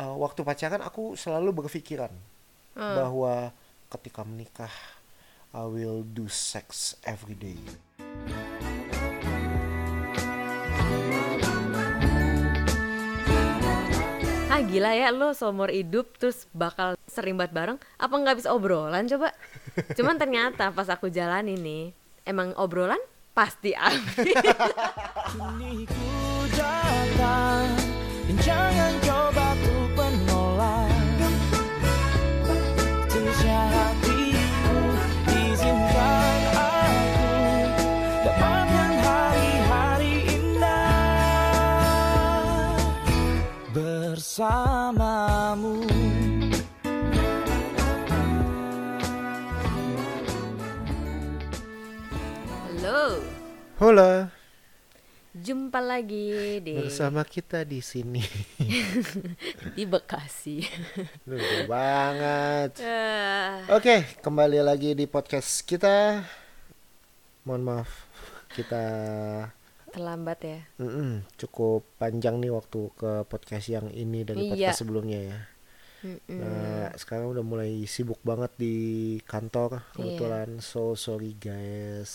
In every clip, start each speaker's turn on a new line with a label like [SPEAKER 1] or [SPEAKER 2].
[SPEAKER 1] waktu pacaran aku selalu berpikiran bahwa ketika menikah I will do sex every day.
[SPEAKER 2] Gila ya, lo seumur hidup terus bakal sering banget bareng. Apa nggak bisa obrolan coba? Cuman ternyata pas aku jalan ini, emang obrolan pasti habis.
[SPEAKER 3] Kini ku datang, jangan coba tuh menolak. Tiada hatiku, izinkan aku dapatkan hari-hari indah bersamamu.
[SPEAKER 2] Halo,
[SPEAKER 1] Hola,
[SPEAKER 2] jumpa lagi
[SPEAKER 1] bersama kita di sini.
[SPEAKER 2] di Bekasi.
[SPEAKER 1] Lucu banget. Oke, kembali lagi di podcast kita. Mohon maaf, kita
[SPEAKER 2] Terlambat ya.
[SPEAKER 1] cukup panjang nih waktu ke podcast yang ini dari podcast
[SPEAKER 2] Iya.
[SPEAKER 1] sebelumnya ya. Nah, sekarang udah mulai sibuk banget di kantor kebetulan. So sorry guys.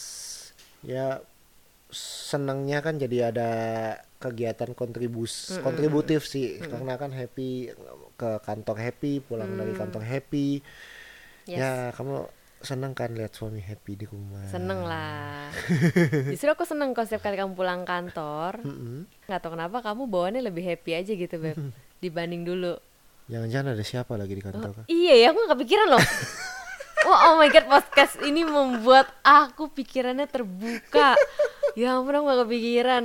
[SPEAKER 1] Ya senangnya kan jadi ada kegiatan kontributif sih, karena kan happy ke kantor, happy pulang dari kantor happy.
[SPEAKER 2] Yes.
[SPEAKER 1] Ya kamu seneng kan lihat suami happy di rumah?
[SPEAKER 2] Seneng lah. Justru aku seneng kalau setiap kali kamu pulang kantor. Nggak tahu kenapa kamu bawaannya lebih happy aja gitu Beb, dibanding dulu.
[SPEAKER 1] Jangan-jangan ada siapa lagi di kantor kan?
[SPEAKER 2] Iya ya, aku nggak kepikiran loh. Wah, oh my god, podcast ini membuat aku pikirannya terbuka. Ya ampun, aku gak kepikiran.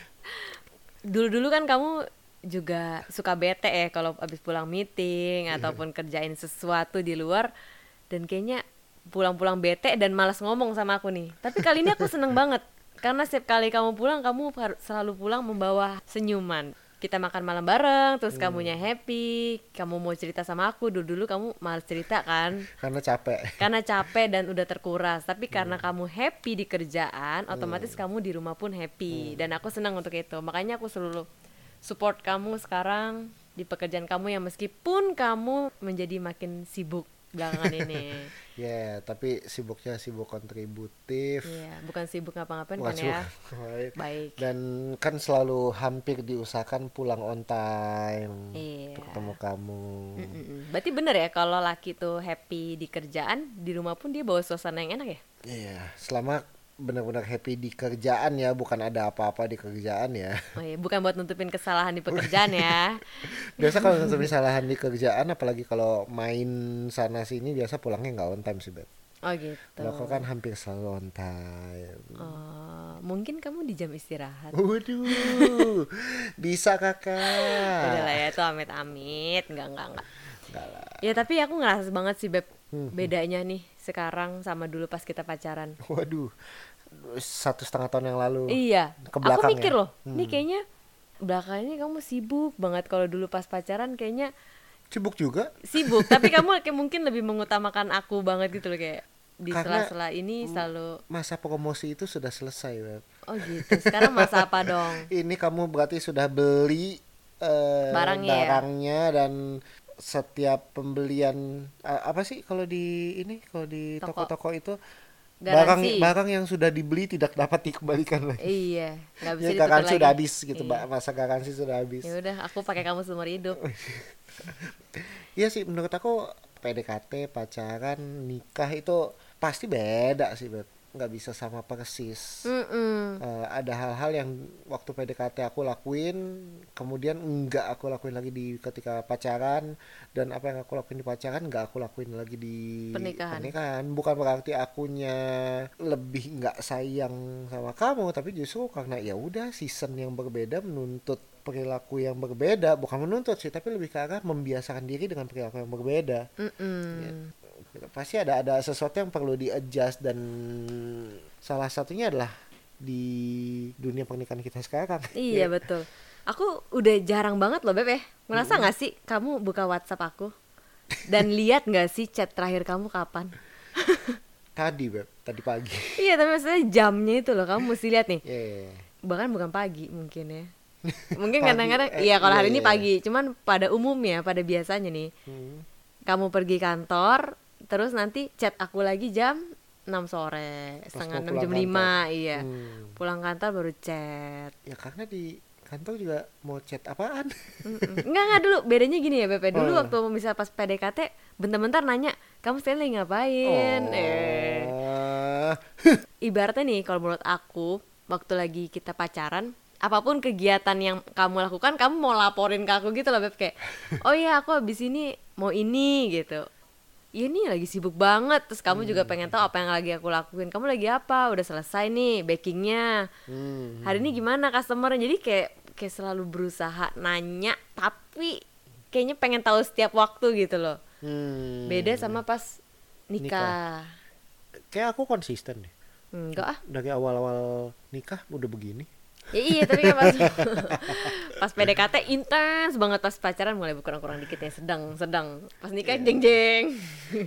[SPEAKER 2] Dulu-dulu kan kamu juga suka bete ya kalau abis pulang meeting ataupun kerjain sesuatu di luar, dan kayaknya pulang-pulang bete dan malas ngomong sama aku nih. Tapi kali ini aku seneng banget karena setiap kali kamu pulang, kamu selalu pulang membawa senyuman. Kita makan malam bareng, terus kamunya happy, kamu mau cerita sama aku. Dulu kamu malas cerita kan,
[SPEAKER 1] Karena capek.
[SPEAKER 2] karena capek dan udah terkuras. Tapi karena kamu happy di kerjaan, otomatis kamu di rumah pun happy. Dan aku senang untuk itu. Makanya aku selalu support kamu sekarang di pekerjaan kamu, yang meskipun kamu menjadi makin sibuk belakangan ini.
[SPEAKER 1] Ya, tapi sibuknya sibuk kontributif.
[SPEAKER 2] Iya, bukan sibuk ngapa-ngapain
[SPEAKER 1] Bukan
[SPEAKER 2] kan
[SPEAKER 1] sibuk.
[SPEAKER 2] ya. Baik.
[SPEAKER 1] Dan kan selalu hampir diusahakan pulang on time
[SPEAKER 2] Iya.
[SPEAKER 1] untuk ketemu kamu.
[SPEAKER 2] Berarti bener ya kalau laki tuh happy di kerjaan, di rumah pun dia bawa suasana yang enak ya?
[SPEAKER 1] Iya, selama benar-benar happy di kerjaan ya, bukan ada apa-apa di kerjaan ya.
[SPEAKER 2] Oh iya, bukan buat nutupin kesalahan di pekerjaan ya.
[SPEAKER 1] Biasa kalau kesalahan di kerjaan, apalagi kalau main sana sini, biasa pulangnya nggak on time sih, Beb.
[SPEAKER 2] Oh gitu.
[SPEAKER 1] Kalau kau kan hampir selalu on time.
[SPEAKER 2] Oh, mungkin kamu di jam istirahat.
[SPEAKER 1] Waduh, bisa
[SPEAKER 2] Udah
[SPEAKER 1] kakak.
[SPEAKER 2] lah ya, itu amit-amit. Enggak.
[SPEAKER 1] Enggak lah.
[SPEAKER 2] Ya tapi aku ngerasa banget sih Beb, bedanya nih sekarang sama dulu pas kita pacaran.
[SPEAKER 1] Waduh, 1,5 tahun yang lalu.
[SPEAKER 2] Iya,
[SPEAKER 1] Ke
[SPEAKER 2] aku
[SPEAKER 1] belakang
[SPEAKER 2] mikir
[SPEAKER 1] ya?
[SPEAKER 2] loh, nih kayaknya belakangan ini kamu sibuk banget. Kalau dulu pas pacaran kayaknya
[SPEAKER 1] Sibuk juga.
[SPEAKER 2] sibuk, tapi kamu kayak mungkin lebih mengutamakan aku banget gitu loh, kayak di
[SPEAKER 1] Karena
[SPEAKER 2] sela-sela ini selalu.
[SPEAKER 1] masa promosi itu sudah selesai, Beb.
[SPEAKER 2] Oh gitu, sekarang masa apa dong?
[SPEAKER 1] Ini kamu berarti sudah beli
[SPEAKER 2] Barangnya ya?
[SPEAKER 1] barangnya, dan setiap pembelian apa sih kalau di
[SPEAKER 2] Toko.
[SPEAKER 1] toko-toko itu,
[SPEAKER 2] Garansi.
[SPEAKER 1] barang yang sudah dibeli tidak dapat dikembalikan lagi.
[SPEAKER 2] Iya, nggak bisa
[SPEAKER 1] Ya,
[SPEAKER 2] ditukar
[SPEAKER 1] garansi
[SPEAKER 2] lagi.
[SPEAKER 1] sudah habis gitu,
[SPEAKER 2] Iya.
[SPEAKER 1] Mbak. Masa garansi sudah habis.
[SPEAKER 2] Ya udah, aku pakai kamu seumur hidup.
[SPEAKER 1] Iya sih, menurut aku PDKT, pacaran, nikah itu pasti beda sih, Beb. Nggak bisa sama persis. Ada hal-hal yang waktu PDKT aku lakuin, kemudian nggak aku lakuin lagi di ketika pacaran, dan apa yang aku lakuin di pacaran nggak aku lakuin lagi di
[SPEAKER 2] Pernikahan.
[SPEAKER 1] Bukan berarti akunya lebih nggak sayang sama kamu, tapi justru karena ya udah season yang berbeda menuntut perilaku yang berbeda. Bukan menuntut sih, tapi lebih ke arah membiasakan diri dengan perilaku yang berbeda. Pasti ada sesuatu yang perlu di-adjust, dan salah satunya adalah di dunia pernikahan kita sekarang.
[SPEAKER 2] Iya betul. Aku udah jarang banget loh Beb ya. Merasa nggak sih kamu buka WhatsApp aku dan lihat nggak sih chat terakhir kamu kapan?
[SPEAKER 1] Tadi, Beb, tadi pagi.
[SPEAKER 2] Iya, tapi maksudnya jamnya itu loh kamu mesti lihat nih.
[SPEAKER 1] Yeah.
[SPEAKER 2] Bahkan bukan pagi mungkin ya. Mungkin
[SPEAKER 1] Pagi,
[SPEAKER 2] kadang-kadang iya kalau
[SPEAKER 1] iya,
[SPEAKER 2] hari ini
[SPEAKER 1] iya.
[SPEAKER 2] pagi, cuman pada umumnya, pada biasanya nih,
[SPEAKER 1] Hmm.
[SPEAKER 2] kamu pergi kantor, terus nanti chat aku lagi jam 6 sore,
[SPEAKER 1] Pas
[SPEAKER 2] setengah
[SPEAKER 1] mau
[SPEAKER 2] 6
[SPEAKER 1] pulang
[SPEAKER 2] jam
[SPEAKER 1] kantor.
[SPEAKER 2] 5, iya.
[SPEAKER 1] Hmm.
[SPEAKER 2] Pulang kantor baru chat.
[SPEAKER 1] Ya karena di kantor juga mau chat apaan?
[SPEAKER 2] Enggak dulu, bedanya gini ya Beb. Dulu
[SPEAKER 1] Oh.
[SPEAKER 2] waktu misal pas PDKT, bentar-bentar nanya, kamu sekarang lagi ngapain?
[SPEAKER 1] Oh.
[SPEAKER 2] Ibaratnya nih, kalau menurut aku, waktu lagi kita pacaran, apapun kegiatan yang kamu lakukan, kamu mau laporin ke aku gitu loh Beb. Kayak, oh iya aku habis ini mau ini gitu. Iya nih lagi sibuk banget. Terus kamu juga pengen tahu apa yang lagi aku lakuin. Kamu lagi apa? Udah selesai nih bakingnya.
[SPEAKER 1] Hmm.
[SPEAKER 2] Hari ini gimana customer? Jadi kayak selalu berusaha nanya, tapi kayaknya pengen tahu setiap waktu gitu loh.
[SPEAKER 1] Hmm.
[SPEAKER 2] Beda sama pas nikah.
[SPEAKER 1] Kayak aku konsisten deh.
[SPEAKER 2] Enggak ah.
[SPEAKER 1] Dari awal-awal nikah udah begini.
[SPEAKER 2] Ya iya tapi kan pas pas PDKT intens banget, pas pacaran mulai berkurang-kurang dikit ya, sedang pas nikah jeng-jeng.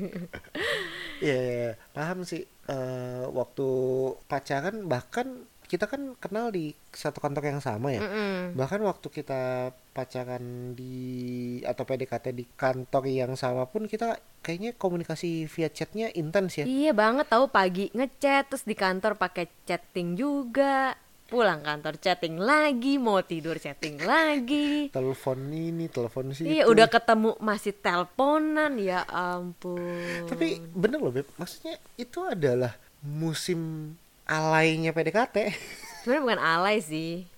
[SPEAKER 1] Iya, paham sih. Waktu pacaran bahkan kita kan kenal di satu kantor yang sama ya. Bahkan waktu kita pacaran atau PDKT di kantor yang sama pun kita kayaknya komunikasi via chatnya intens ya.
[SPEAKER 2] Iya banget, tahu pagi ngechat, terus di kantor pakai chatting juga. Pulang kantor chatting lagi, mau tidur chatting lagi.
[SPEAKER 1] Telepon ini, telepon situ.
[SPEAKER 2] Iya, udah ketemu masih teleponan, ya ampun.
[SPEAKER 1] Tapi bener loh Beb, maksudnya itu adalah musim alaynya PDKT.
[SPEAKER 2] Sebenarnya bukan alay sih.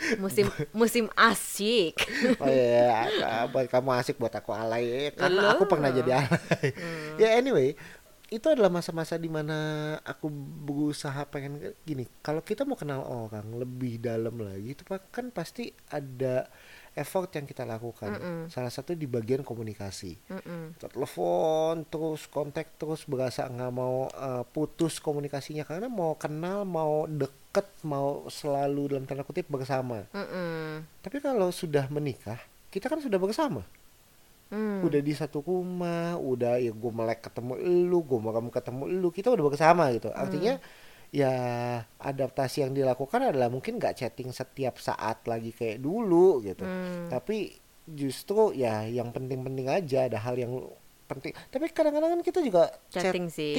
[SPEAKER 2] Musim asyik.
[SPEAKER 1] Oh iya, buat kamu asik, buat aku alay. Karena aku pernah jadi alay. Ya anyway, itu adalah masa-masa dimana aku berusaha pengen gini. Kalau kita mau kenal orang lebih dalam lagi, itu kan pasti ada effort yang kita lakukan. Salah satu di bagian komunikasi. Kita telepon terus, kontak terus, berasa nggak mau putus komunikasinya karena mau kenal, mau deket, mau selalu dalam tanda kutip bersama. Tapi kalau sudah menikah, kita kan sudah bersama. Udah di satu rumah, udah ya gue melek ketemu elu, gue malam ketemu elu, kita udah bersama gitu. Artinya ya adaptasi yang dilakukan adalah mungkin nggak chatting setiap saat lagi kayak dulu gitu. Tapi justru ya yang penting-penting aja, ada hal yang penting. Tapi kadang-kadang kan kita juga
[SPEAKER 2] Chatting sih.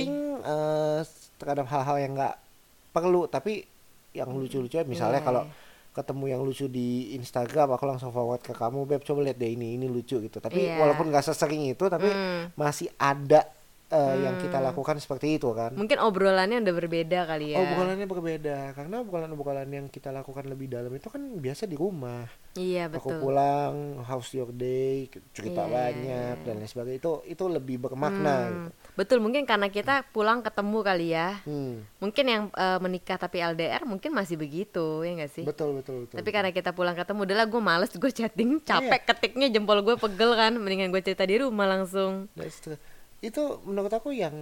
[SPEAKER 1] terhadap hal-hal yang nggak perlu, tapi yang lucu-lucu misalnya
[SPEAKER 2] Iya.
[SPEAKER 1] kalau ketemu yang lucu di Instagram aku langsung forward ke kamu, Beb coba lihat deh ini lucu gitu. Tapi
[SPEAKER 2] Iya.
[SPEAKER 1] walaupun nggak sesering itu, tapi masih ada yang kita lakukan seperti itu kan.
[SPEAKER 2] Mungkin obrolannya udah berbeda kali ya.
[SPEAKER 1] Obrolannya berbeda karena obrolan yang kita lakukan lebih dalam itu kan biasa di rumah.
[SPEAKER 2] Iya
[SPEAKER 1] Aku
[SPEAKER 2] betul.
[SPEAKER 1] pulang, how's your day, cerita
[SPEAKER 2] Iya,
[SPEAKER 1] banyak dan lain sebagainya. Itu lebih bermakna gitu.
[SPEAKER 2] Betul, mungkin karena kita pulang ketemu kali ya.
[SPEAKER 1] Hmm,
[SPEAKER 2] Mungkin yang menikah tapi LDR mungkin masih begitu, ya nggak sih?
[SPEAKER 1] betul.
[SPEAKER 2] Tapi karena kita pulang ketemu, udahlah gue males, gue chatting, capek ketiknya, jempol gue pegel kan, mendingan gue cerita di rumah langsung.
[SPEAKER 1] That's true. Itu menurut aku yang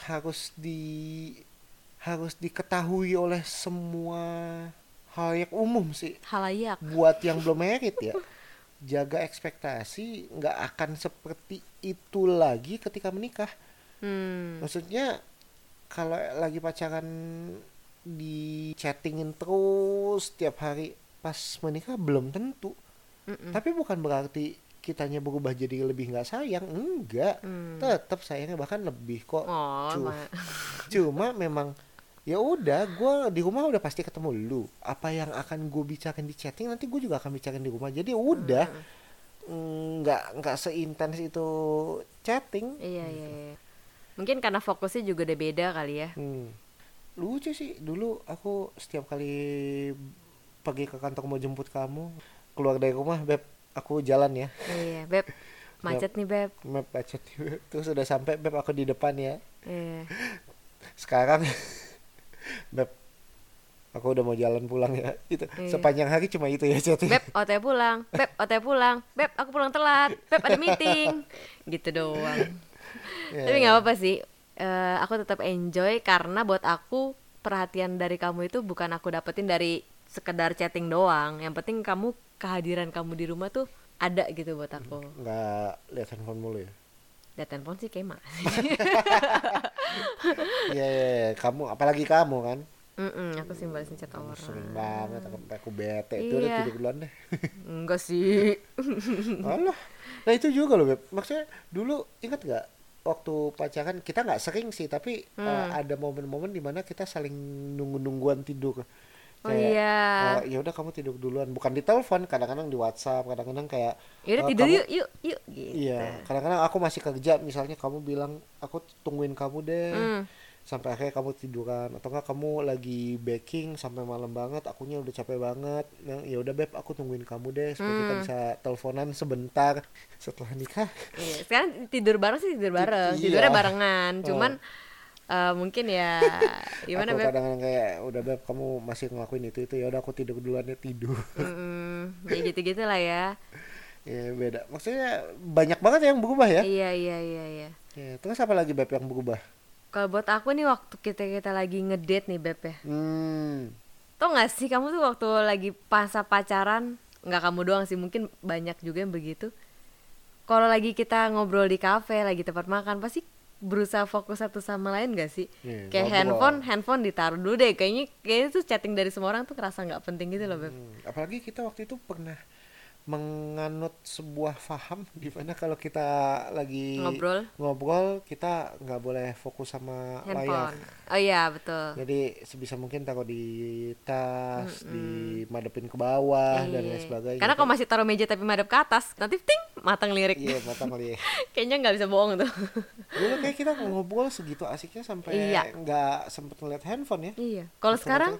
[SPEAKER 1] harus diketahui oleh semua halayak umum sih.
[SPEAKER 2] Halayak.
[SPEAKER 1] Buat yang belum married ya, jaga ekspektasi nggak akan seperti itu lagi ketika menikah. Maksudnya kalau lagi pacaran di chattingin terus tiap hari, pas menikah belum tentu. Tapi bukan berarti kitanya berubah jadi lebih nggak sayang, enggak. Tetap sayangnya bahkan lebih kok.
[SPEAKER 2] Oh,
[SPEAKER 1] Cuma memang ya udah, gue di rumah udah pasti ketemu lu. Apa yang akan gue bicarain di chatting nanti gue juga akan bicarain di rumah. Jadi udah nggak seintens itu chatting.
[SPEAKER 2] Iya. Mungkin karena fokusnya juga udah beda kali ya.
[SPEAKER 1] Lucu sih, dulu aku setiap kali pergi ke kantor mau jemput kamu, keluar dari rumah, Beb, aku jalan ya.
[SPEAKER 2] Iya, Beb. Macet nih, Beb.
[SPEAKER 1] Map macet. Terus udah sampai, Beb, aku di depan ya.
[SPEAKER 2] Iya.
[SPEAKER 1] Sekarang Beb, aku udah mau jalan pulang ya. Itu sepanjang hari cuma itu ya chatting.
[SPEAKER 2] Beb, OTW pulang. Beb, OTW pulang. Beb, aku pulang telat. Beb, ada meeting. Gitu doang. Tapi nggak apa-apa sih. Aku tetap enjoy karena buat aku perhatian dari kamu itu bukan aku dapetin dari sekedar chatting doang. Yang penting kehadiran kamu di rumah tuh ada gitu buat aku.
[SPEAKER 1] Nggak lihat handphone mulu ya.
[SPEAKER 2] Lihat handphone sih kayak masih.
[SPEAKER 1] Iya, kamu apalagi kamu kan.
[SPEAKER 2] Aku sih balesin chat orang.
[SPEAKER 1] Sering banget, sampai aku bete. Itu udah
[SPEAKER 2] Iya.
[SPEAKER 1] tidur duluan deh.
[SPEAKER 2] Enggak sih.
[SPEAKER 1] Alah. Nah itu juga loh Beb. Maksudnya dulu ingat gak waktu pacaran kita nggak sering sih tapi ada momen-momen dimana kita saling nunggu-nungguan tidur.
[SPEAKER 2] Oh iya.
[SPEAKER 1] Ya udah kamu tidur duluan, bukan di telepon, kadang-kadang di WhatsApp, kadang-kadang kayak
[SPEAKER 2] Yaudah tidur
[SPEAKER 1] kamu,
[SPEAKER 2] yuk gitu.
[SPEAKER 1] iya, kadang-kadang aku masih kerja misalnya kamu bilang aku tungguin kamu deh. Sampai akhirnya kamu tiduran atau enggak kamu lagi baking sampai malam banget, akunya udah capek banget. Nah, ya udah Beb, aku tungguin kamu deh supaya kita bisa teleponan sebentar setelah nikah.
[SPEAKER 2] Iya, sekarang tidur bareng sih tidur bareng.
[SPEAKER 1] Iya.
[SPEAKER 2] Tidurnya barengan. Cuman mungkin ya gimana
[SPEAKER 1] Aku
[SPEAKER 2] Beb?
[SPEAKER 1] kadang-kadang kayak udah Beb, kamu masih ngelakuin itu ya udah aku tidur duluan ya, tidur.
[SPEAKER 2] Ya gitu-gitu lah ya.
[SPEAKER 1] Ya beda. Maksudnya banyak banget yang berubah ya.
[SPEAKER 2] Iya.
[SPEAKER 1] Ya, terus apa lagi Beb yang berubah?
[SPEAKER 2] Kalau buat aku nih waktu kita lagi ngedate nih Beb ya.
[SPEAKER 1] Hmm.
[SPEAKER 2] Tau gak sih kamu tuh waktu lagi masa pacaran, nggak kamu doang sih, mungkin banyak juga yang begitu. Kalau lagi kita ngobrol di kafe, lagi tempat makan, pasti berusaha fokus satu sama lain gak sih?
[SPEAKER 1] Iya,
[SPEAKER 2] Kayak
[SPEAKER 1] ngobrol.
[SPEAKER 2] handphone ditaruh dulu deh. Kayaknya tuh chatting dari semua orang tuh kerasa nggak penting gitu loh Beb.
[SPEAKER 1] Apalagi kita waktu itu pernah menganut sebuah faham di mana kalau kita lagi ngobrol kita nggak boleh fokus sama layar.
[SPEAKER 2] Handphone. Oh iya betul.
[SPEAKER 1] Jadi sebisa mungkin taruh di tas, dimadepin ke bawah dan lain sebagainya.
[SPEAKER 2] Karena kalau masih taruh meja tapi madep ke atas, nanti ting matang lirik.
[SPEAKER 1] Iya, matang lirik.
[SPEAKER 2] Kayaknya nggak bisa bohong tuh.
[SPEAKER 1] Dulu kayak kita ngobrol segitu asiknya sampai nggak sempet ngeliat handphone ya.
[SPEAKER 2] Iya. Kalau sekarang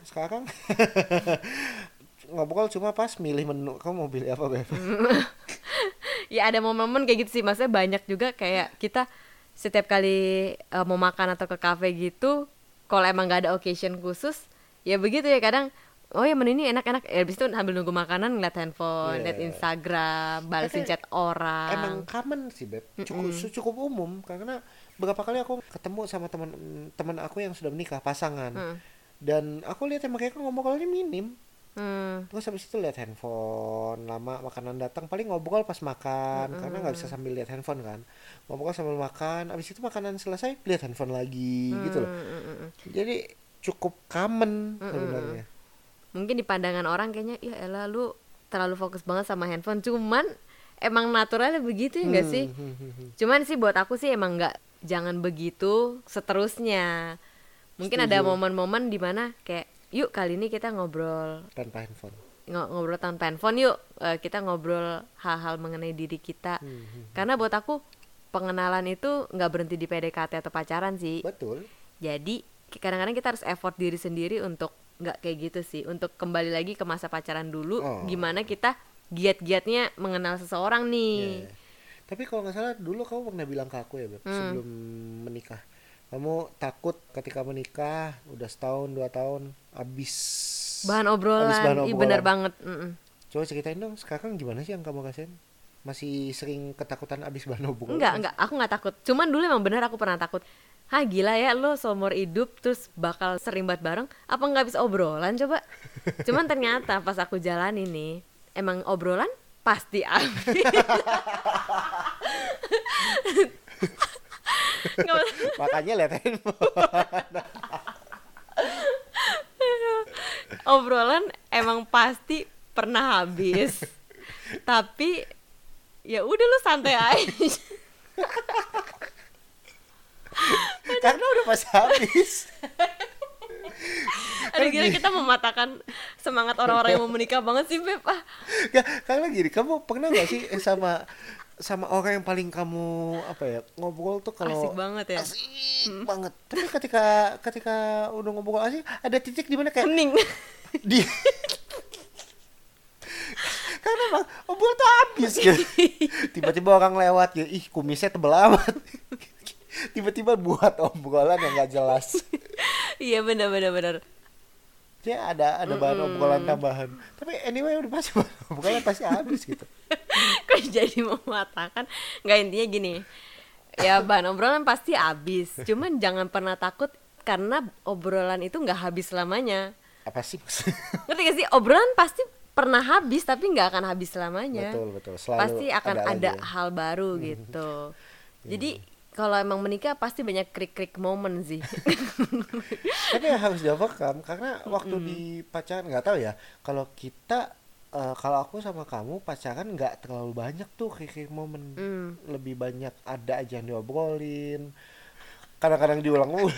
[SPEAKER 1] ngobrol cuma pas milih menu, kamu mau pilih apa Beb?
[SPEAKER 2] Ya ada momen-momen kayak gitu sih, maksudnya banyak juga kayak kita setiap kali mau makan atau ke kafe gitu, kalau emang nggak ada occasion khusus ya begitu ya, kadang oh ya menu ini enak-enak ya, habis itu sambil nunggu makanan ngeliat handphone, liat Instagram, balesin chat orang.
[SPEAKER 1] Emang common sih Beb, cukup umum karena beberapa kali aku ketemu sama teman aku yang sudah menikah, pasangan, dan aku lihat emang mereka ngobrolnya minim. Terus habis itu lihat handphone, lama makanan datang paling ngobrol pas makan, karena nggak bisa sambil lihat handphone kan, ngobrol sambil makan, habis itu makanan selesai lihat handphone lagi gitu loh. Jadi cukup common sebenarnya.
[SPEAKER 2] Mungkin di pandangan orang kayaknya ya elah lu terlalu fokus banget sama handphone, cuman emang naturalnya begitu ya nggak sih? Cuman sih buat aku sih emang nggak, jangan begitu seterusnya. Mungkin ada momen-momen dimana kayak yuk kali ini kita ngobrol
[SPEAKER 1] tanpa handphone.
[SPEAKER 2] Ngobrol tanpa handphone yuk, kita ngobrol hal-hal mengenai diri kita. Karena buat aku pengenalan itu nggak berhenti di PDKT atau pacaran sih.
[SPEAKER 1] Betul.
[SPEAKER 2] Jadi kadang-kadang kita harus effort diri sendiri untuk nggak kayak gitu sih, untuk kembali lagi ke masa pacaran dulu. Gimana kita giat-giatnya mengenal seseorang nih.
[SPEAKER 1] Tapi kalau nggak salah dulu kamu pernah bilang ke aku ya Beb, sebelum menikah, kamu takut ketika menikah udah setahun 2 tahun habis
[SPEAKER 2] bahan obrolan. Iya benar banget.
[SPEAKER 1] Coba ceritain dong sekarang gimana sih yang kamu rasain? Masih sering ketakutan abis bahan obrolan?
[SPEAKER 2] Enggak, aku nggak takut. Cuman dulu emang bener aku pernah takut. Hah gila ya lo seumur hidup terus bakal serimbat bareng, apa nggak bisa obrolan coba? Cuman ternyata pas aku jalani nih, emang obrolan pasti habis.
[SPEAKER 1] Makanya lihat handphone.
[SPEAKER 2] Obrolan emang pasti pernah habis. Tapi ya udah lu santai aja.
[SPEAKER 1] Karena udah pas habis.
[SPEAKER 2] Aduh gila, kita mematahkan semangat orang-orang yang mau menikah banget sih Beb.
[SPEAKER 1] Karena gini, kamu pernah gak sih sama orang yang paling kamu apa ya ngobrol tuh kalau
[SPEAKER 2] asik banget ya,
[SPEAKER 1] asik banget, tapi ketika udah ngobrol asik ada titik di mana kayak
[SPEAKER 2] hening
[SPEAKER 1] di karena emang ngobrol tuh habis gitu. Tiba-tiba orang lewat gitu, ih kumisnya tebel amat. Tiba-tiba buat obrolan yang gak jelas.
[SPEAKER 2] Iya benar.
[SPEAKER 1] Ya ada bahan obrolan tambahan. Tapi anyway udah pasti bahan obrolan pasti habis gitu.
[SPEAKER 2] Kok jadi mematahkan? Nggak, intinya gini. Ya bahan obrolan pasti habis. Cuman jangan pernah takut karena obrolan itu nggak habis selamanya.
[SPEAKER 1] Apa sih maksudnya?
[SPEAKER 2] Ngerti gak sih? Obrolan pasti pernah habis tapi nggak akan habis selamanya.
[SPEAKER 1] Betul. Selalu
[SPEAKER 2] pasti akan ada
[SPEAKER 1] ya.
[SPEAKER 2] hal baru gitu. Jadi kalau emang menikah pasti banyak krik-krik momen sih.
[SPEAKER 1] Tapi ya harus di-overcome karena waktu di pacaran nggak tahu ya. Kalau kita kalau aku sama kamu pacaran nggak terlalu banyak tuh kayak momen. Lebih banyak ada aja yang diobrolin. Kadang-kadang diulang-ulang.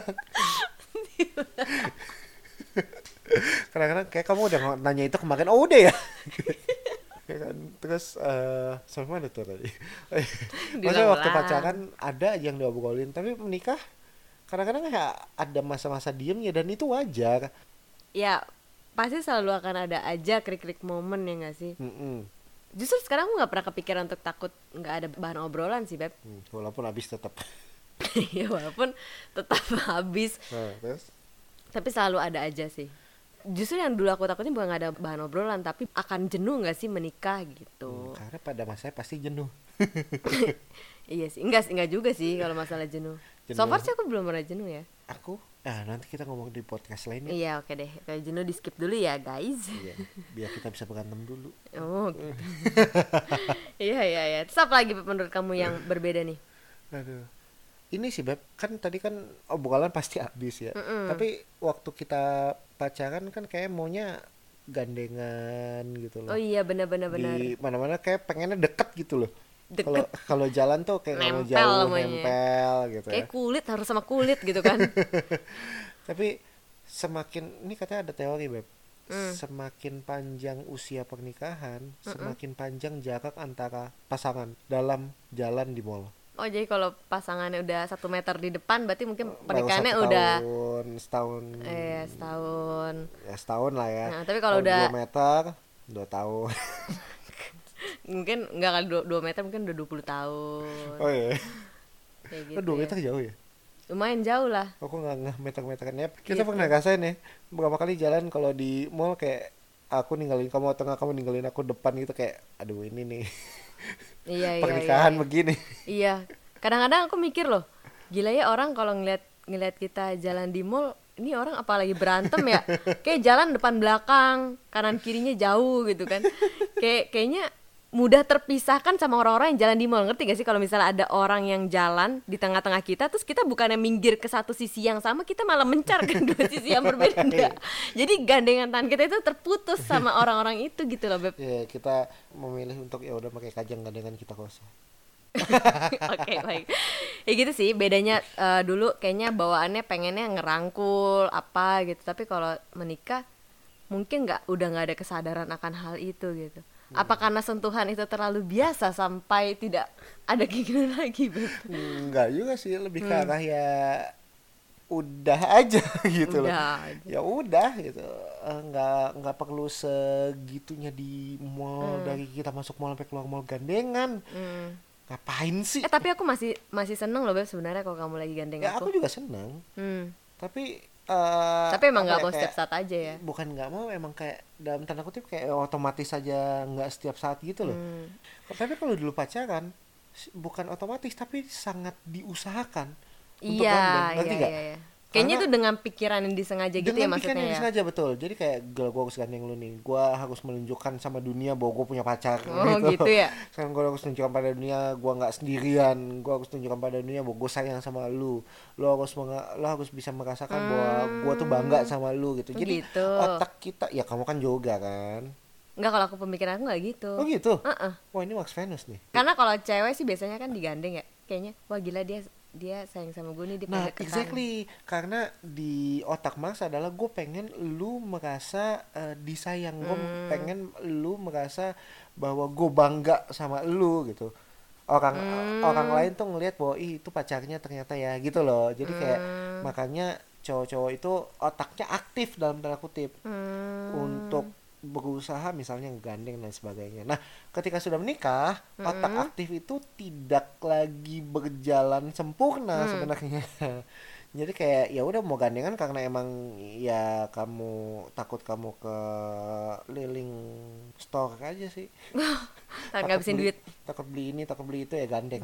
[SPEAKER 1] Kadang-kadang kayak kamu udah nanya itu kemarin. Oh udah ya. Ya kan? Terus sampai mana tuh tadi? Maksudnya waktu pacaran ada aja yang diobrolin, tapi menikah kadang-kadang ya ada masa-masa diemnya dan itu wajar.
[SPEAKER 2] Ya pasti selalu akan ada aja krik-krik momen ya nggak sih. Justru sekarang aku nggak pernah kepikiran untuk takut nggak ada bahan obrolan sih Beb.
[SPEAKER 1] Walaupun habis tetap.
[SPEAKER 2] Ya walaupun tetap habis.
[SPEAKER 1] Terus?
[SPEAKER 2] Tapi selalu ada aja sih. Justru yang dulu aku takutin bukan gak ada bahan obrolan, tapi akan jenuh gak sih menikah gitu.
[SPEAKER 1] Karena pada masanya pasti jenuh.
[SPEAKER 2] Iya sih, enggak juga sih kalau masalah jenuh. So far sih aku belum pernah jenuh ya.
[SPEAKER 1] Aku? Nanti kita ngomong di podcast lainnya.
[SPEAKER 2] Iya oke deh, kalau jenuh di skip dulu ya guys.
[SPEAKER 1] Iya, biar kita bisa berantem dulu.
[SPEAKER 2] Oh gitu. Iya. Terus apa lagi menurut kamu yang berbeda nih?
[SPEAKER 1] Aduh. Ini sih Beb, kan tadi kan obrolan pasti habis ya. Tapi waktu kita pacaran kan kayak maunya gandengan gitu loh.
[SPEAKER 2] Oh iya benar.
[SPEAKER 1] Di mana-mana kayak pengennya deket gitu loh.
[SPEAKER 2] Deket.
[SPEAKER 1] Kalau jalan tuh kayak nggak mau
[SPEAKER 2] Nempel
[SPEAKER 1] jauh,
[SPEAKER 2] namanya.
[SPEAKER 1] nempel gitu ya.
[SPEAKER 2] Kayak kulit harus sama kulit gitu kan.
[SPEAKER 1] Tapi semakin, ini katanya ada teori Beb, semakin panjang usia pernikahan, semakin panjang jarak antara pasangan dalam jalan di mall.
[SPEAKER 2] Oh jadi kalau pasangannya udah 1 meter di depan berarti mungkin
[SPEAKER 1] Baru
[SPEAKER 2] pernikahannya
[SPEAKER 1] 1
[SPEAKER 2] udah
[SPEAKER 1] tahun, setahun.
[SPEAKER 2] Iya setahun.
[SPEAKER 1] Ya setahun lah ya.
[SPEAKER 2] Nah, tapi kalau udah
[SPEAKER 1] 2 meter 2 tahun.
[SPEAKER 2] mungkin enggak kali 2 meter mungkin udah 20 tahun.
[SPEAKER 1] Oh iya.
[SPEAKER 2] Kayak gitu.
[SPEAKER 1] 2 meter jauh ya?
[SPEAKER 2] Lumayan jauh lah.
[SPEAKER 1] Aku nggak meter-meternya. Kita
[SPEAKER 2] Gitu.
[SPEAKER 1] pernah rasain ya, berapa kali jalan kalau di mall kayak aku ninggalin kamu tengah, kamu ninggalin aku depan gitu, kayak aduh ini nih.
[SPEAKER 2] Iya.
[SPEAKER 1] Pernikahan begini.
[SPEAKER 2] Iya. Kadang-kadang aku mikir loh, gila ya orang kalau ngeliat kita jalan di mall, ini orang apalagi berantem ya? Kayak jalan depan belakang, kanan kirinya jauh gitu kan. Kayaknya mudah terpisahkan sama orang-orang yang jalan di mall. Ngerti gak sih kalau misalnya ada orang yang jalan di tengah-tengah kita, terus kita bukannya minggir ke satu sisi yang sama, kita malah mencar ke dua sisi yang berbeda. Jadi gandengan tangan kita itu terputus sama orang-orang itu gitu loh Beb.
[SPEAKER 1] Ya kita memilih untuk ya udah pakai kajang gandengan kita kosa.
[SPEAKER 2] Oke baik. Ya gitu sih bedanya. Dulu kayaknya bawaannya pengennya ngerangkul apa gitu, tapi kalau menikah mungkin udah nggak ada kesadaran akan hal itu gitu. Apa karena sentuhan itu terlalu biasa sampai tidak ada keinginan lagi Beb?
[SPEAKER 1] Enggak juga sih, lebih ke arah ya udah aja gitu loh. Ya udah gitu. Nggak perlu segitunya di mall, dari kita masuk mall sampai keluar mall gandengan. Ngapain sih?
[SPEAKER 2] Tapi aku masih seneng loh Beb sebenarnya kalau kamu lagi gandeng
[SPEAKER 1] Ya
[SPEAKER 2] aku.
[SPEAKER 1] aku juga seneng. Tapi
[SPEAKER 2] emang nggak
[SPEAKER 1] apa ya,
[SPEAKER 2] mau setiap saat aja ya?
[SPEAKER 1] Bukan nggak mau, emang kayak dalam tanda kutip kayak otomatis aja, nggak setiap saat gitu loh. Tapi kalau dulu pacaran bukan otomatis tapi sangat diusahakan untuk gandeng, ngerti nggak?
[SPEAKER 2] Iya. Kayaknya itu dengan pikiran yang disengaja gitu ya
[SPEAKER 1] dengan pikiran
[SPEAKER 2] maksudnya
[SPEAKER 1] yang
[SPEAKER 2] ya.
[SPEAKER 1] disengaja, betul. Jadi kayak gue harus gandeng lu nih, gue harus menunjukkan sama dunia bahwa gue punya pacar.
[SPEAKER 2] Oh gitu ya.
[SPEAKER 1] Sekarang gue harus tunjukkan pada dunia gue nggak sendirian, gue harus tunjukkan pada dunia bahwa gue sayang sama lu. Lo harus bisa merasakan bahwa gue tuh bangga sama lu gitu. Jadi
[SPEAKER 2] Gitu.
[SPEAKER 1] otak kita, ya kamu kan yoga kan?
[SPEAKER 2] Enggak, kalau aku pemikiran aku nggak gitu.
[SPEAKER 1] Oh gitu?
[SPEAKER 2] Heeh.
[SPEAKER 1] Wah ini Max Venus nih.
[SPEAKER 2] Karena kalau cewek sih biasanya kan digandeng ya. Kayaknya wah gila dia sayang sama gue nih, dia
[SPEAKER 1] Nah
[SPEAKER 2] pengen deketan.
[SPEAKER 1] exactly, karena di otak Max adalah gue pengen lu merasa disayang, gue pengen lu merasa bahwa gue bangga sama lu gitu. Orang lain tuh ngelihat bahwa itu pacarnya ternyata ya gitu loh. Jadi kayak makanya cowok-cowok itu otaknya aktif dalam tanda kutip untuk berusaha misalnya gandeng dan sebagainya. Nah, ketika sudah menikah, otak aktif itu tidak lagi berjalan sempurna sebenarnya. Jadi kayak ya udah mau gandengan karena emang ya kamu takut kamu ke liling store aja sih.
[SPEAKER 2] Tak ngabisin duit.
[SPEAKER 1] Takut beli ini, takut beli itu ya gandeng.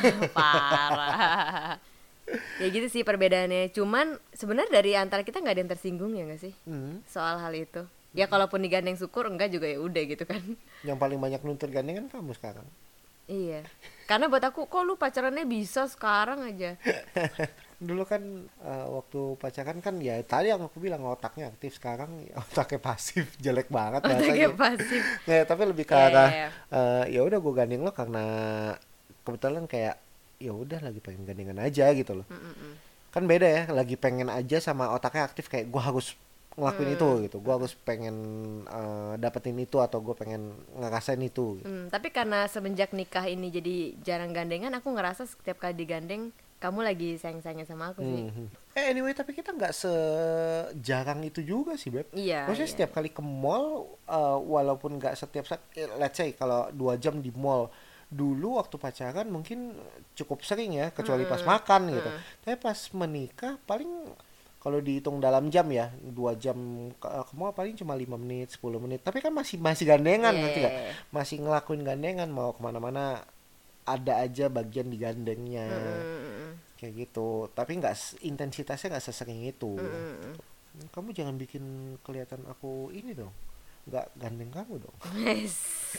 [SPEAKER 2] Parah. Ya gitu sih perbedaannya. Cuman sebenarnya dari antara kita nggak ada yang tersinggung ya nggak sih soal hal itu. Ya kalaupun digandeng syukur, enggak juga ya udah gitu kan.
[SPEAKER 1] Yang paling banyak nuntut gandengan kamu sekarang.
[SPEAKER 2] Iya. Karena buat aku kok lu pacarannya bisa sekarang aja.
[SPEAKER 1] Dulu kan waktu pacaran kan ya tadi yang aku bilang otaknya aktif, sekarang ya, otaknya pasif. Jelek banget
[SPEAKER 2] Otaknya
[SPEAKER 1] bahasanya.
[SPEAKER 2] pasif.
[SPEAKER 1] Nggak, tapi lebih ke
[SPEAKER 2] Iya,
[SPEAKER 1] arah
[SPEAKER 2] iya,
[SPEAKER 1] ya udah gue gandeng lo karena kebetulan kayak ya udah lagi pengen gandengan aja gitu loh. Kan beda ya, lagi pengen aja sama otaknya aktif kayak gue harus ngelakuin itu gitu, gue harus pengen dapetin itu atau gue pengen ngerasain itu gitu.
[SPEAKER 2] Tapi karena semenjak nikah ini jadi jarang gandengan, aku ngerasa setiap kali digandeng kamu lagi sayang-sayangnya sama aku sih.
[SPEAKER 1] Anyway, tapi kita nggak sejarang itu juga sih, Beb.
[SPEAKER 2] Iya,
[SPEAKER 1] Maksudnya
[SPEAKER 2] iya.
[SPEAKER 1] setiap kali ke mall, walaupun nggak setiap saat, let's say kalau 2 jam di mall, dulu waktu pacaran mungkin cukup sering ya, kecuali pas makan gitu. Tapi pas menikah paling kalau dihitung dalam jam ya, 2 jam ke mall paling cuma 5 menit, 10 menit. Tapi kan masih gandengan,
[SPEAKER 2] Iya,
[SPEAKER 1] ngerti
[SPEAKER 2] iya,
[SPEAKER 1] nggak?
[SPEAKER 2] iya.
[SPEAKER 1] Masih ngelakuin gandengan, mau kemana-mana ada aja bagian digandengnya kayak gitu, tapi nggak intensitasnya nggak sesering itu. Kamu jangan bikin kelihatan aku ini dong, nggak gandeng kamu dong.
[SPEAKER 2] Yes.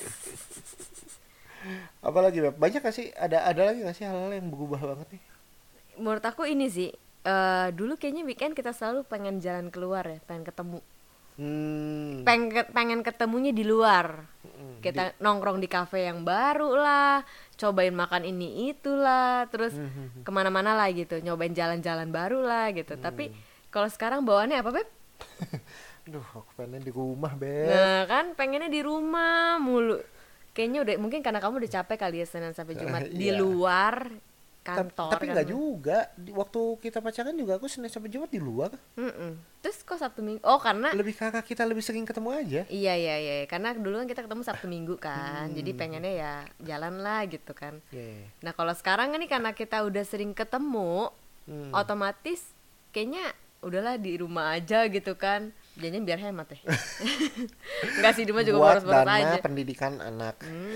[SPEAKER 1] Apalagi Beb? Banyak gak sih, ada lagi gak sih hal-hal yang berubah banget nih?
[SPEAKER 2] Menurut aku ini sih, dulu kayaknya weekend kita selalu pengen jalan keluar ya, pengen ketemu. Pengen ketemunya di luar. Kita nongkrong di kafe yang baru lah, cobain makan ini itulah, terus kemana-mana lah gitu, nyobain jalan-jalan baru lah gitu. Tapi kalau sekarang bawaannya apa, Beb?
[SPEAKER 1] Duh, aku pengen di rumah, Beb.
[SPEAKER 2] Nah kan pengennya di rumah mulu. Kayaknya udah, mungkin karena kamu udah capek kali ya Senin sampai Jumat di
[SPEAKER 1] Iya.
[SPEAKER 2] luar kantor.
[SPEAKER 1] Tapi
[SPEAKER 2] kan.
[SPEAKER 1] nggak juga. Waktu kita pacaran juga aku Senin sampai Jumat di luar.
[SPEAKER 2] Terus kok Sabtu Minggu? Oh karena
[SPEAKER 1] Lebih kakak kita lebih sering ketemu aja.
[SPEAKER 2] iya, karena dulu kan kita ketemu Sabtu Minggu kan, jadi pengennya ya jalan lah gitu kan.
[SPEAKER 1] Yeah.
[SPEAKER 2] Nah kalau sekarang kan nih karena kita udah sering ketemu, otomatis kayaknya udahlah di rumah aja gitu kan. Jadinya biar hemat ya. Enggak sih, di rumah juga
[SPEAKER 1] Buat
[SPEAKER 2] boros-boros
[SPEAKER 1] dana
[SPEAKER 2] aja.
[SPEAKER 1] pendidikan anak.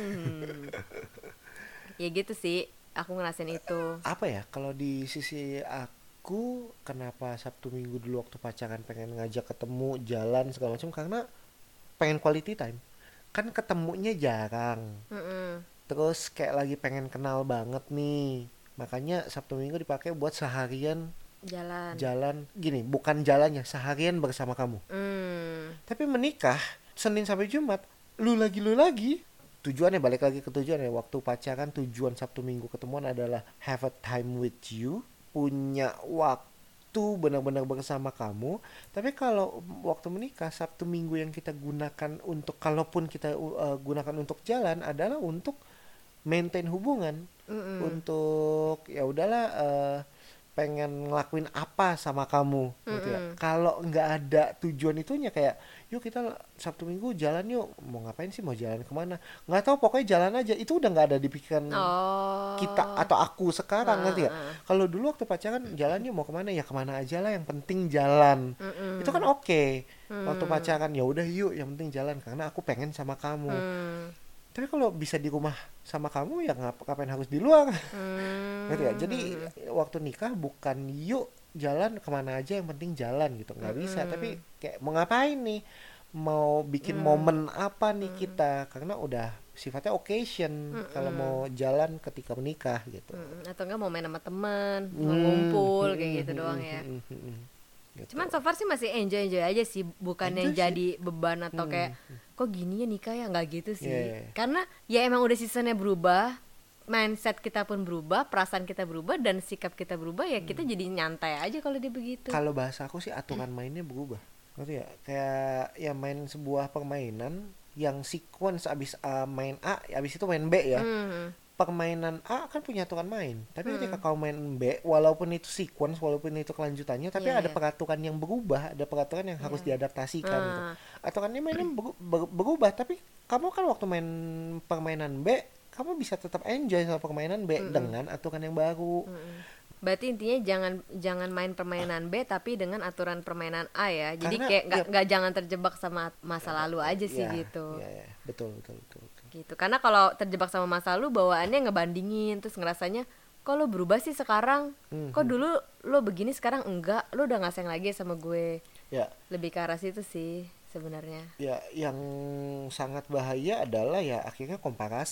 [SPEAKER 2] Ya gitu sih, aku ngerasain itu.
[SPEAKER 1] Apa ya, kalau di sisi aku kenapa Sabtu Minggu dulu waktu pacaran pengen ngajak ketemu jalan segala macam, karena pengen quality time. Kan ketemunya jarang, terus kayak lagi pengen kenal banget nih, makanya Sabtu Minggu dipakai buat seharian jalan gini, bukan jalannya seharian bersama kamu. Tapi menikah Senin sampai Jumat lu lagi tujuannya, balik lagi ke tujuannya. Waktu pacaran tujuan Sabtu Minggu ketemuan adalah have a time with you, punya waktu benar-benar bersama kamu. Tapi kalau waktu menikah, Sabtu Minggu yang kita gunakan untuk, kalaupun kita gunakan untuk jalan, adalah untuk maintain hubungan, untuk ya udahlah pengen ngelakuin apa sama kamu gitu ya. Kalau nggak ada tujuan itunya, kayak yuk kita Sabtu Minggu jalan yuk, mau ngapain sih, mau jalan kemana, nggak tahu, pokoknya jalan aja, itu udah nggak ada di pikiran kita atau aku sekarang, ngerti ya. Kalau dulu waktu pacaran jalan yuk, mau kemana ya kemana aja lah, yang penting jalan. Itu kan oke. Waktu pacaran ya udah yuk, yang penting jalan karena aku pengen sama kamu. Tapi kalau bisa di rumah sama kamu ya ngapain harus di luar. Gitu ya. Jadi waktu nikah bukan yuk jalan kemana aja, yang penting jalan gitu, nggak bisa. Tapi kayak mau ngapain nih, mau bikin momen apa nih kita, karena udah sifatnya occasion kalau mau jalan ketika menikah gitu.
[SPEAKER 2] Atau enggak mau main sama teman, mau ngumpul kayak gitu doang ya.
[SPEAKER 1] Gitu.
[SPEAKER 2] Cuman so far sih masih enjoy aja sih, bukan yang
[SPEAKER 1] Enjoy sih.
[SPEAKER 2] jadi beban atau kayak kok gini ya nikah ya, nggak gitu sih.
[SPEAKER 1] Yeah.
[SPEAKER 2] Karena ya emang udah seasonnya berubah, mindset kita pun berubah, perasaan kita berubah, dan sikap kita berubah, ya kita jadi nyantai aja kalau dia begitu.
[SPEAKER 1] Kalau bahasa aku sih aturan mainnya berubah. Ngerti ya? Kayak ya main sebuah permainan yang sequence, abis main A, abis itu main B ya. Permainan A kan punya aturan main, tapi ketika kau main B, walaupun itu sequence, walaupun itu kelanjutannya, tapi ada peraturan yang berubah, ada peraturan yang harus diadaptasikan gitu. Aturannya mainnya berubah, tapi kamu kan waktu main permainan B, kamu bisa tetap enjoy sama permainan B dengan aturan yang baru.
[SPEAKER 2] Berarti intinya jangan main permainan B tapi dengan aturan permainan A ya. Jadi
[SPEAKER 1] Karena,
[SPEAKER 2] kayak nggak jangan terjebak sama masa lalu aja sih
[SPEAKER 1] Ya,
[SPEAKER 2] gitu.
[SPEAKER 1] ya, betul.
[SPEAKER 2] Gitu. Karena kalau terjebak sama masa lalu, bawaannya ngebandingin, terus ngerasanya kok lo berubah sih sekarang, kok dulu lo begini sekarang enggak, lo udah nggak sayang lagi sama gue.
[SPEAKER 1] Ya,
[SPEAKER 2] Lebih ke arah situ sih sebenarnya.
[SPEAKER 1] ya yang sangat bahaya adalah ya akhirnya komparasi.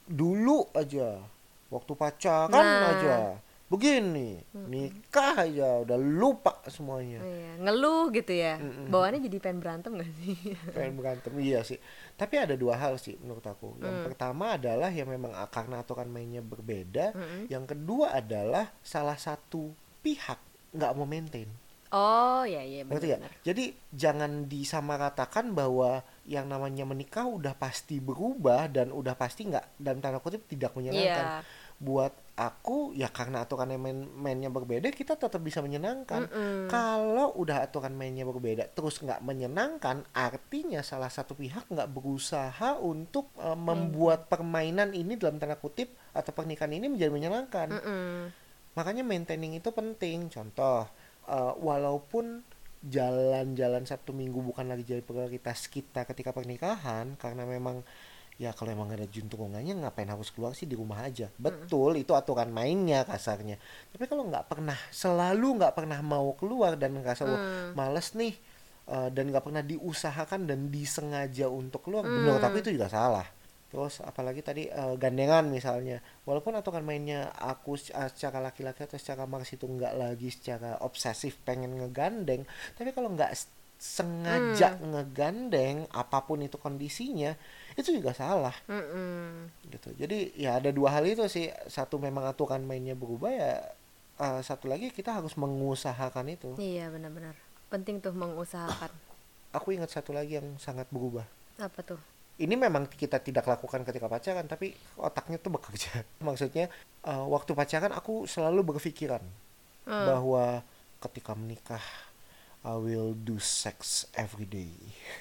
[SPEAKER 1] dulu aja waktu pacaran
[SPEAKER 2] Nah.
[SPEAKER 1] aja begini, nikah aja udah lupa semuanya.
[SPEAKER 2] Iya, ngeluh gitu ya.
[SPEAKER 1] Mm-mm.
[SPEAKER 2] Bawaannya jadi pengen berantem gak sih?
[SPEAKER 1] Pengen berantem, iya sih. Tapi ada dua hal sih menurut aku. Yang pertama adalah yang memang karena aturan mainnya berbeda. Yang kedua adalah salah satu pihak nggak mau maintain.
[SPEAKER 2] Oh, ya
[SPEAKER 1] Ngerti ya?
[SPEAKER 2] benar-benar.
[SPEAKER 1] Jadi jangan disamaratakan bahwa yang namanya menikah udah pasti berubah dan udah pasti nggak, dalam tanda kutip, tidak menyenangkan.
[SPEAKER 2] Iya.
[SPEAKER 1] Buat aku ya karena aturan mainnya berbeda, kita tetap bisa menyenangkan. Kalau udah aturan mainnya berbeda terus nggak menyenangkan, artinya salah satu pihak nggak berusaha untuk membuat permainan ini dalam tanda kutip atau pernikahan ini menjadi menyenangkan. Makanya maintaining itu penting. Contoh, walaupun jalan-jalan Sabtu Minggu bukan lagi jadi prioritas kita ketika pernikahan, karena memang ya kalau emang ada juntrungannya ngapain harus keluar sih, di rumah aja. Betul, itu aturan mainnya kasarnya. Tapi kalau selalu nggak pernah mau keluar dan nggak selalu males nih, dan nggak pernah diusahakan dan disengaja untuk keluar, menurut aku itu juga salah. Terus apalagi tadi gandengan misalnya, walaupun aturan mainnya aku secara laki-laki atau secara Mars itu nggak lagi secara obsesif pengen ngegandeng, tapi kalau nggak sengaja ngegandeng apapun itu kondisinya, itu juga salah. Gitu. Jadi ya ada dua hal itu sih. Satu memang aturan mainnya berubah ya, satu lagi kita harus mengusahakan itu.
[SPEAKER 2] Iya, benar-benar. Penting tuh mengusahakan.
[SPEAKER 1] Aku ingat satu lagi yang sangat berubah.
[SPEAKER 2] Apa tuh?
[SPEAKER 1] Ini memang kita tidak lakukan ketika pacaran, tapi otaknya tuh bekerja. Maksudnya waktu pacaran aku selalu berpikiran bahwa ketika menikah I will do sex every day.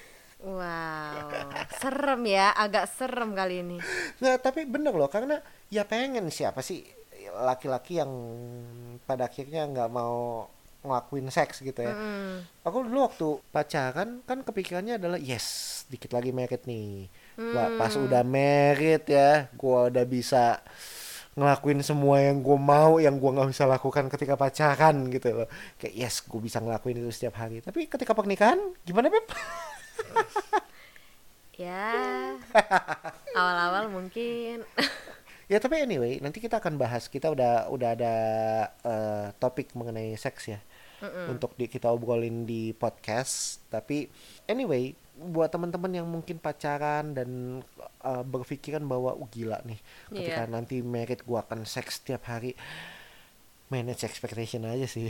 [SPEAKER 2] Wow, serem ya, agak serem kali ini.
[SPEAKER 1] Nah, tapi bener loh, karena ya pengen, siapa sih laki-laki yang pada akhirnya nggak mau ngelakuin seks gitu ya. Aku dulu waktu pacaran kan kepikirannya adalah yes, dikit lagi married nih. Wah, pas udah married ya, gua udah bisa ngelakuin semua yang gue mau, yang gue nggak bisa lakukan ketika pacaran gitu loh. Kayak yes, gue bisa ngelakuin itu setiap hari. Tapi ketika pernikahan gimana, Beb?
[SPEAKER 2] Ya, awal-awal mungkin.
[SPEAKER 1] Ya tapi anyway, nanti kita akan bahas. Kita udah ada topik mengenai seks ya, untuk kita obrolin di podcast. Tapi anyway, buat teman-teman yang mungkin pacaran dan berpikiran bahwa gila nih, ketika nanti married gua akan seks setiap hari, manage expectation aja sih.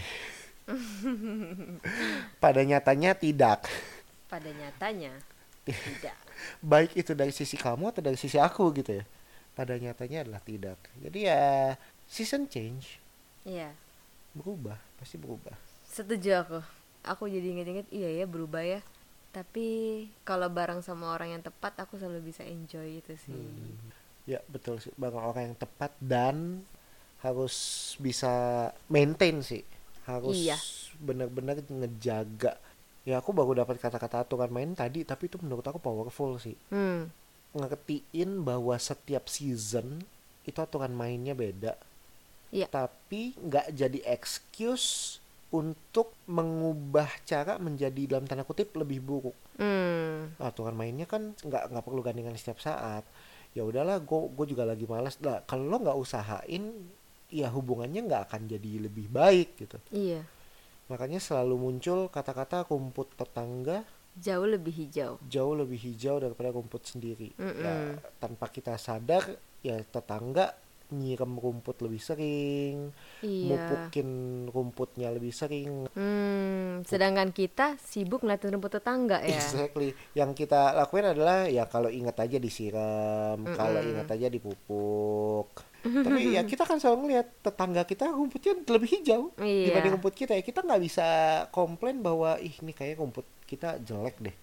[SPEAKER 1] Pada nyatanya tidak.
[SPEAKER 2] Pada nyatanya tidak.
[SPEAKER 1] Baik itu dari sisi kamu atau dari sisi aku gitu ya, pada nyatanya adalah tidak. Jadi ya season change,
[SPEAKER 2] Iya,
[SPEAKER 1] berubah, pasti berubah.
[SPEAKER 2] setuju aku. Aku jadi inget-inget, iya ya berubah ya. Tapi kalau bareng sama orang yang tepat, aku selalu bisa enjoy itu sih.
[SPEAKER 1] Ya betul sih, bareng orang yang tepat dan harus bisa maintain sih, harus
[SPEAKER 2] Iya.
[SPEAKER 1] benar-benar ngejaga. Ya aku baru dapat kata-kata aturan main tadi, tapi itu menurut aku powerful sih. Ngertiin bahwa setiap season itu aturan mainnya beda.
[SPEAKER 2] Iya.
[SPEAKER 1] Tapi nggak jadi excuse untuk mengubah cara menjadi dalam tanda kutip lebih buruk. Aturan mainnya kan nggak perlu gandengan setiap saat. Ya udahlah, gue juga lagi malas. Nah, kalau lo nggak usahain, ya hubungannya nggak akan jadi lebih baik gitu.
[SPEAKER 2] Iya,
[SPEAKER 1] Makanya selalu muncul kata-kata rumput tetangga
[SPEAKER 2] jauh lebih hijau.
[SPEAKER 1] jauh lebih hijau daripada rumput sendiri. Ya, tanpa kita sadar, ya tetangga nyiram rumput lebih sering,
[SPEAKER 2] Iya.
[SPEAKER 1] mupukin rumputnya lebih sering.
[SPEAKER 2] Sedangkan kita sibuk ngeliatin rumput tetangga ya.
[SPEAKER 1] Exactly. Yang kita lakuin adalah ya kalau ingat aja disiram, kalau ingat aja dipupuk. Tapi ya kita kan selalu ngeliat tetangga kita rumputnya lebih hijau
[SPEAKER 2] Iya.
[SPEAKER 1] dibanding rumput kita. Ya kita nggak bisa komplain bahwa ini kayak rumput kita jelek deh,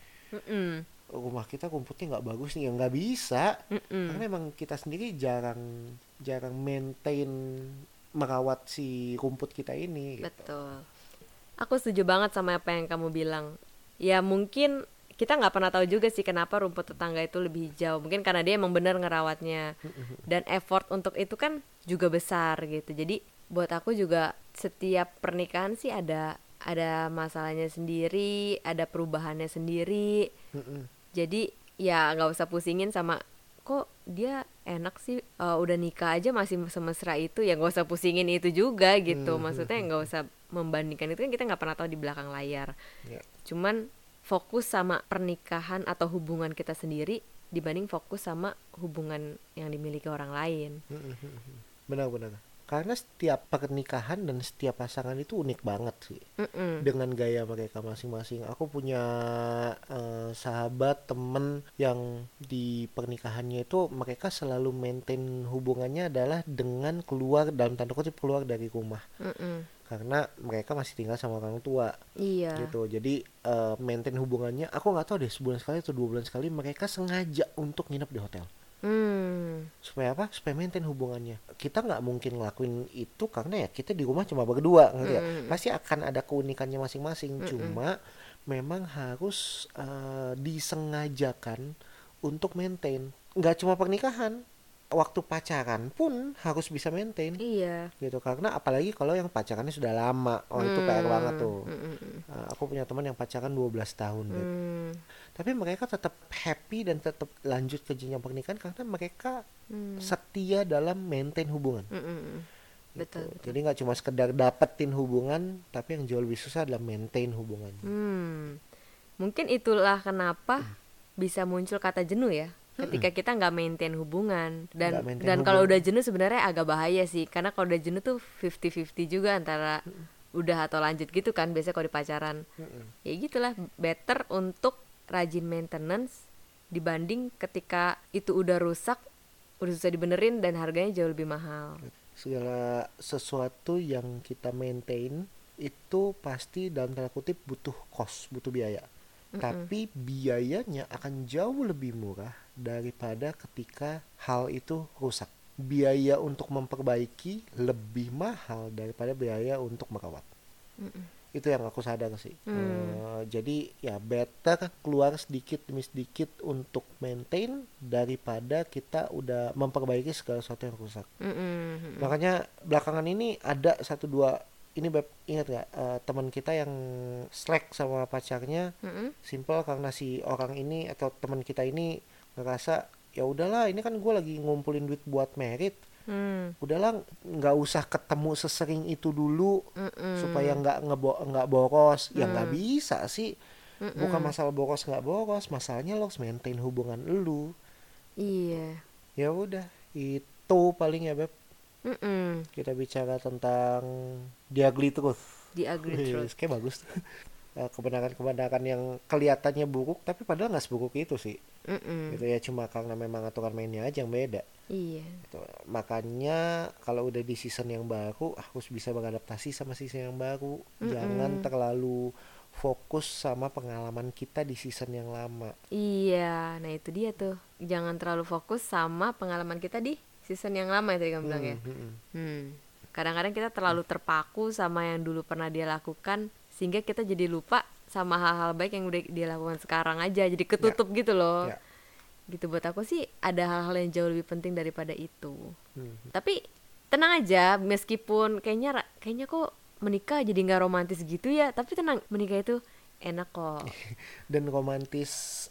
[SPEAKER 1] rumah kita rumputnya nggak bagus nih. Ya nggak bisa, karena emang kita sendiri jarang maintain, merawat si rumput kita ini gitu.
[SPEAKER 2] Betul. Aku setuju banget sama apa yang kamu bilang. Ya mungkin kita nggak pernah tahu juga sih kenapa rumput tetangga itu lebih hijau. Mungkin karena dia emang benar ngerawatnya. Dan effort untuk itu kan juga besar gitu. Jadi buat aku juga setiap pernikahan sih ada masalahnya sendiri, ada perubahannya sendiri. Jadi ya nggak usah pusingin sama kok dia enak sih, udah nikah aja masih semesra itu, ya nggak usah pusingin itu juga gitu. Maksudnya nggak usah membandingkan, itu kan kita nggak pernah tahu di belakang layar.
[SPEAKER 1] Ya.
[SPEAKER 2] Cuman fokus sama pernikahan atau hubungan kita sendiri dibanding fokus sama hubungan yang dimiliki orang lain.
[SPEAKER 1] Benar-benar. Karena setiap pernikahan dan setiap pasangan itu unik banget sih. Dengan gaya mereka masing-masing. Aku punya sahabat, temen yang di pernikahannya itu mereka selalu maintain hubungannya adalah dengan keluar, dalam tanda kutip, keluar dari rumah. Karena mereka masih tinggal sama orang tua.
[SPEAKER 2] Iya.
[SPEAKER 1] Gitu. Jadi maintain hubungannya, aku nggak tahu deh, sebulan sekali atau 2 bulan sekali mereka sengaja untuk nginep di hotel. Supaya apa? Supaya maintain hubungannya. Kita nggak mungkin ngelakuin itu karena ya kita di rumah cuma berdua, ngerti ya? Pasti akan ada keunikannya masing-masing. Cuma memang harus disengajakan untuk maintain. Nggak cuma pernikahan, waktu pacaran pun harus bisa maintain.
[SPEAKER 2] Iya.
[SPEAKER 1] Gitu, karena apalagi kalau yang pacarannya sudah lama, itu PR banget tuh. Aku punya teman yang pacaran 12 tahun, Beb. Tapi mereka tetap happy dan tetap lanjut ke jenjang pernikahan karena mereka setia dalam maintain hubungan.
[SPEAKER 2] Betul.
[SPEAKER 1] Jadi nggak cuma sekedar dapetin hubungan, tapi yang jauh lebih susah adalah maintain hubungan.
[SPEAKER 2] Mungkin itulah kenapa bisa muncul kata jenuh ya, ketika kita nggak maintain hubungan. Dan kalau udah jenuh sebenarnya agak bahaya sih, karena kalau udah jenuh tuh 50-50 juga antara udah atau lanjut gitu kan biasanya kalau di pacaran. Ya gitulah, better untuk rajin maintenance dibanding ketika itu udah rusak, udah susah dibenerin dan harganya jauh lebih mahal.
[SPEAKER 1] Segala sesuatu yang kita maintain itu pasti dalam tanda kutip butuh cost, butuh biaya. Tapi biayanya akan jauh lebih murah daripada ketika hal itu rusak. Biaya untuk memperbaiki lebih mahal daripada biaya untuk merawat. Itu yang aku sadar sih. Jadi ya better keluar sedikit demi sedikit untuk maintain daripada kita udah memperbaiki segala sesuatu yang rusak. Makanya belakangan ini ada 1-2, ini Beb, ingat gak teman kita yang slack sama pacarnya, simple karena si orang ini atau teman kita ini ngerasa ya udahlah, ini kan gue lagi ngumpulin duit buat merit, udahlah nggak usah ketemu sesering itu dulu supaya nggak boros. Ya nggak bisa sih, bukan masalah boros nggak boros, masalahnya lo harus maintain hubungan lu.
[SPEAKER 2] Iya.
[SPEAKER 1] Ya udah, itu paling ya Beb. Kita bicara tentang The Ugly Truth.
[SPEAKER 2] The Ugly Truth.
[SPEAKER 1] Kayak bagus tuh. Kebenaran-kebenaran yang kelihatannya buruk tapi padahal nggak seburuk itu sih. Gitu ya, cuma karena memang aturan mainnya aja yang beda.
[SPEAKER 2] Iya.
[SPEAKER 1] Gitu. Makanya kalau udah di season yang baru harus bisa beradaptasi sama season yang baru. Jangan terlalu fokus sama pengalaman kita di season yang lama.
[SPEAKER 2] Iya, nah itu dia tuh. Jangan terlalu fokus sama pengalaman kita di season yang lama itu kamu bilang ya. Kadang-kadang kita terlalu terpaku sama yang dulu pernah dia lakukan sehingga kita jadi lupa sama hal-hal baik yang udah dia lakukan sekarang aja, jadi ketutup gitu loh. Gitu, buat aku sih ada hal-hal yang jauh lebih penting daripada itu. Tapi tenang aja, meskipun kayaknya kok menikah jadi nggak romantis gitu ya, tapi tenang, menikah itu enak kok.
[SPEAKER 1] Dan romantis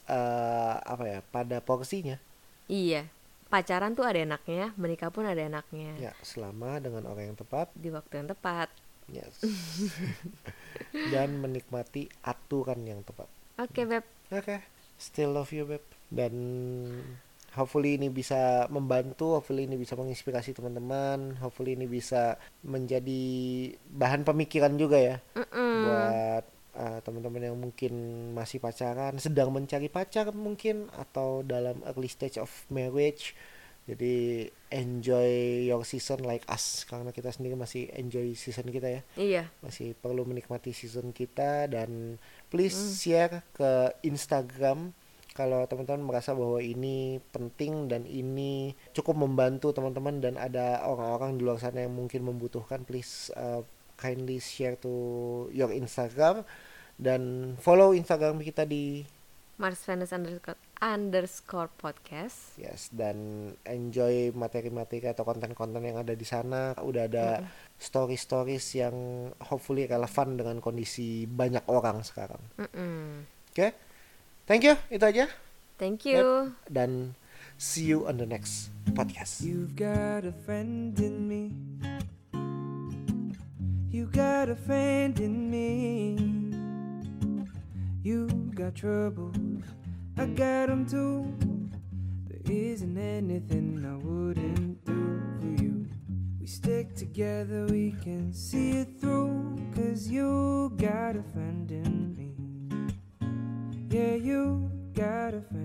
[SPEAKER 1] pada porsinya.
[SPEAKER 2] Iya, pacaran tuh ada enaknya, menikah pun ada enaknya.
[SPEAKER 1] Ya, selama dengan orang yang tepat
[SPEAKER 2] di waktu yang tepat.
[SPEAKER 1] Yes. Dan menikmati aturan yang tepat.
[SPEAKER 2] Oke, Beb.
[SPEAKER 1] Oke. Still love you, Beb. Dan hopefully ini bisa membantu, hopefully ini bisa menginspirasi teman-teman, hopefully ini bisa menjadi bahan pemikiran juga ya. Buat teman-teman yang mungkin masih pacaran, sedang mencari pacar mungkin, atau dalam early stage of marriage. Jadi enjoy your season like us, karena kita sendiri masih enjoy season kita ya.
[SPEAKER 2] Iya.
[SPEAKER 1] Masih perlu menikmati season kita. Dan please share ke Instagram kalau teman-teman merasa bahwa ini penting dan ini cukup membantu teman-teman dan ada orang-orang di luar sana yang mungkin membutuhkan. Please kindly share to your Instagram dan follow Instagram kita di
[SPEAKER 2] @marsvenus_podcast.
[SPEAKER 1] Yes, dan enjoy materi-materi atau konten-konten yang ada di sana. Udah ada stories-stories yang hopefully relevan dengan kondisi banyak orang sekarang. Oke. Thank you, itu aja.
[SPEAKER 2] Thank you.
[SPEAKER 1] Dan See you on the next podcast.
[SPEAKER 3] You've got a friend in me. You got a friend in me. You got troubles, I got them too. There isn't anything I wouldn't do for you. We stick together, we can see it through. 'Cause you got a friend in me. Yeah, you got a friend.